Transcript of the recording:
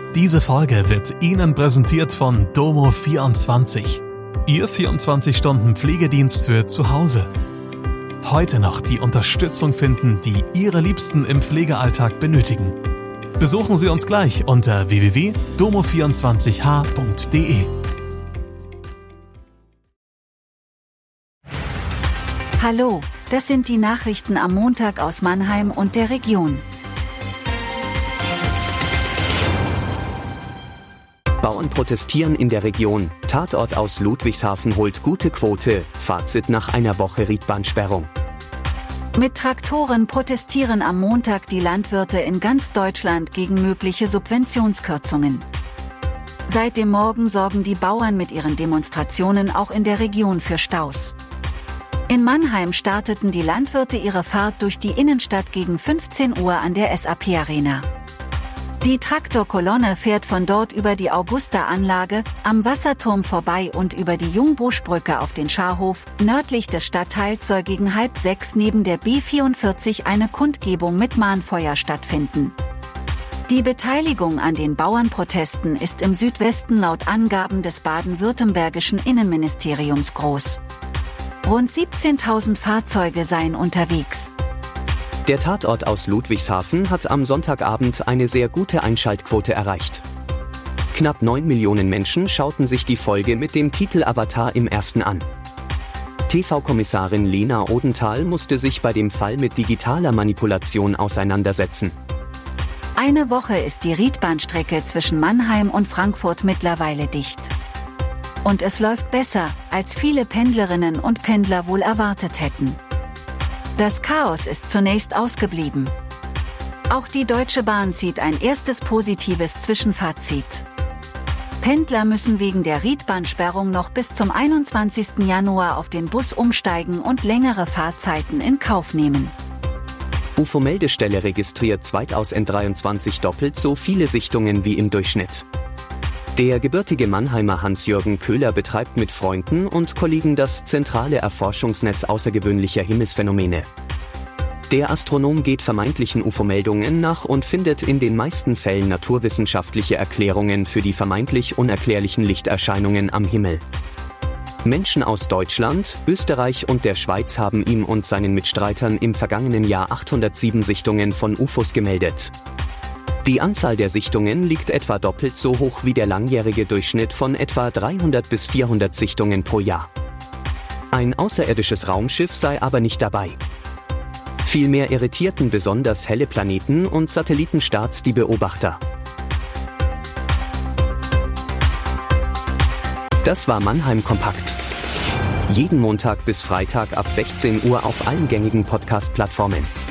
Diese Folge wird Ihnen präsentiert von Domo24. Ihr 24-Stunden-Pflegedienst für zu Hause. Heute noch die Unterstützung finden, die Ihre Liebsten im Pflegealltag benötigen. Besuchen Sie uns gleich unter www.domo24h.de. Hallo, das sind die Nachrichten am Montag aus Mannheim und der Region. Bauern protestieren in der Region. Tatort aus Ludwigshafen holt gute Quote. Fazit nach einer Woche Riedbahnsperrung. Mit Traktoren protestieren am Montag die Landwirte in ganz Deutschland gegen mögliche Subventionskürzungen. Seit dem Morgen sorgen die Bauern mit ihren Demonstrationen auch in der Region für Staus. In Mannheim starteten die Landwirte ihre Fahrt durch die Innenstadt gegen 15 Uhr an der SAP-Arena. Die Traktorkolonne fährt von dort über die Augusta-Anlage, am Wasserturm vorbei und über die Jungbuschbrücke auf den Scharhof. Nördlich des Stadtteils soll gegen 5:30 neben der B44 eine Kundgebung mit Mahnfeuer stattfinden. Die Beteiligung an den Bauernprotesten ist im Südwesten laut Angaben des baden-württembergischen Innenministeriums groß. Rund 17.000 Fahrzeuge seien unterwegs. Der Tatort aus Ludwigshafen hat am Sonntagabend eine sehr gute Einschaltquote erreicht. Knapp 9 Millionen Menschen schauten sich die Folge mit dem Titel Avatar im Ersten an. TV-Kommissarin Lena Odenthal musste sich bei dem Fall mit digitaler Manipulation auseinandersetzen. Eine Woche ist die Riedbahnstrecke zwischen Mannheim und Frankfurt mittlerweile dicht. Und es läuft besser, als viele Pendlerinnen und Pendler wohl erwartet hätten. Das Chaos ist zunächst ausgeblieben. Auch die Deutsche Bahn zieht ein erstes positives Zwischenfazit. Pendler müssen wegen der Riedbahnsperrung noch bis zum 21. Januar auf den Bus umsteigen und längere Fahrzeiten in Kauf nehmen. UFO-Meldestelle registriert 2023 doppelt so viele Sichtungen wie im Durchschnitt. Der gebürtige Mannheimer Hans-Jürgen Köhler betreibt mit Freunden und Kollegen das zentrale Erforschungsnetz außergewöhnlicher Himmelsphänomene. Der Astronom geht vermeintlichen UFO-Meldungen nach und findet in den meisten Fällen naturwissenschaftliche Erklärungen für die vermeintlich unerklärlichen Lichterscheinungen am Himmel. Menschen aus Deutschland, Österreich und der Schweiz haben ihm und seinen Mitstreitern im vergangenen Jahr 807 Sichtungen von UFOs gemeldet. Die Anzahl der Sichtungen liegt etwa doppelt so hoch wie der langjährige Durchschnitt von etwa 300 bis 400 Sichtungen pro Jahr. Ein außerirdisches Raumschiff sei aber nicht dabei. Vielmehr irritierten besonders helle Planeten und Satellitenstarts die Beobachter. Das war Mannheim Kompakt. Jeden Montag bis Freitag ab 16 Uhr auf allen gängigen Podcast-Plattformen.